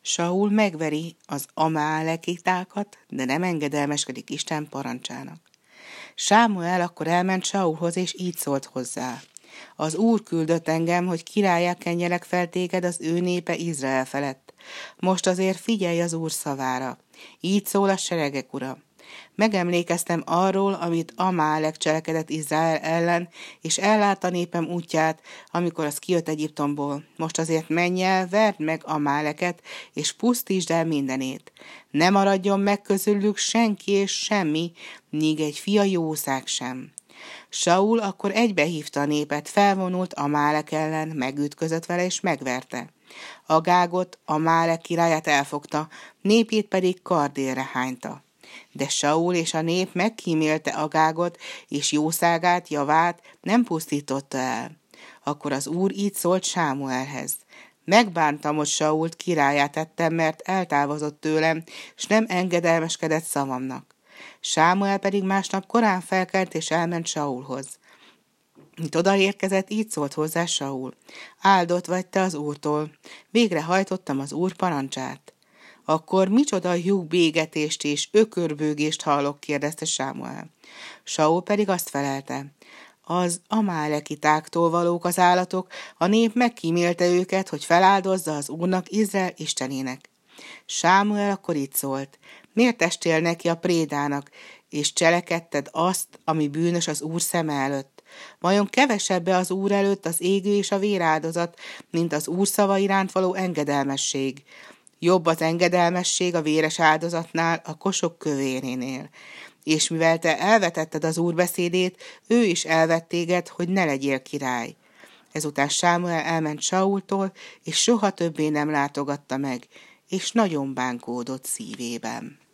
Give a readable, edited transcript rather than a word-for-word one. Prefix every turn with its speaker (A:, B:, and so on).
A: Saul megveri az amálekitákat, de nem engedelmeskedik Isten parancsának. Sámuel akkor elment Saulhoz, és így szólt hozzá: az Úr küldött engem, hogy királlyá kenjelek fel téged az ő népe Izrael felett. Most azért figyelj az Úr szavára. Így szól a seregek ura. Megemlékeztem arról, amit Amálek cselekedett Izrael ellen, és ellátta népem útját, amikor az kijött Egyiptomból. Most azért menj el, verd meg Amáleket, és pusztítsd el mindenét. Ne maradjon meg közülük senki és semmi, míg egy fia jószág sem. Saul akkor egybehívta a népet, felvonult Amálek ellen, megütközött vele és megverte. Agágot, Amálek királyát elfogta, népét pedig kardélre hányta. De Saul és a nép megkímélte Agágot, és jószágát, javát nem pusztította el. Akkor az Úr így szólt Sámuelhez: megbántam, hogy Sault királlyá tettem, mert eltávozott tőlem, s nem engedelmeskedett szavamnak. Sámuel pedig másnap korán felkelt, és elment Saulhoz. Mint odaérkezett, így szólt hozzá Saul: áldott vagy te az Úrtól, végrehajtottam az Úr parancsát. Akkor micsoda lyukbégetést és ökörbőgést hallok? kérdezte Sámuel. Saul pedig azt felelte: az amálekitáktól valók az állatok, a nép megkímélte őket, hogy feláldozza az Úrnak, Izrael istenének. Sámuel akkor így szólt: miért estél neki a prédának, és cselekedted azt, ami bűnös az Úr szeme előtt? Vajon kevesebbe az Úr előtt az égő és a véráldozat, mint az Úr szava iránt való engedelmesség? Jobb az engedelmesség a véres áldozatnál, a kosok kövérénél. És mivel te elvetetted az Úr beszédét, ő is elvett téged, hogy ne legyél király. Ezután Sámuel elment Saultól, és soha többé nem látogatta meg, és nagyon bánkódott szívében.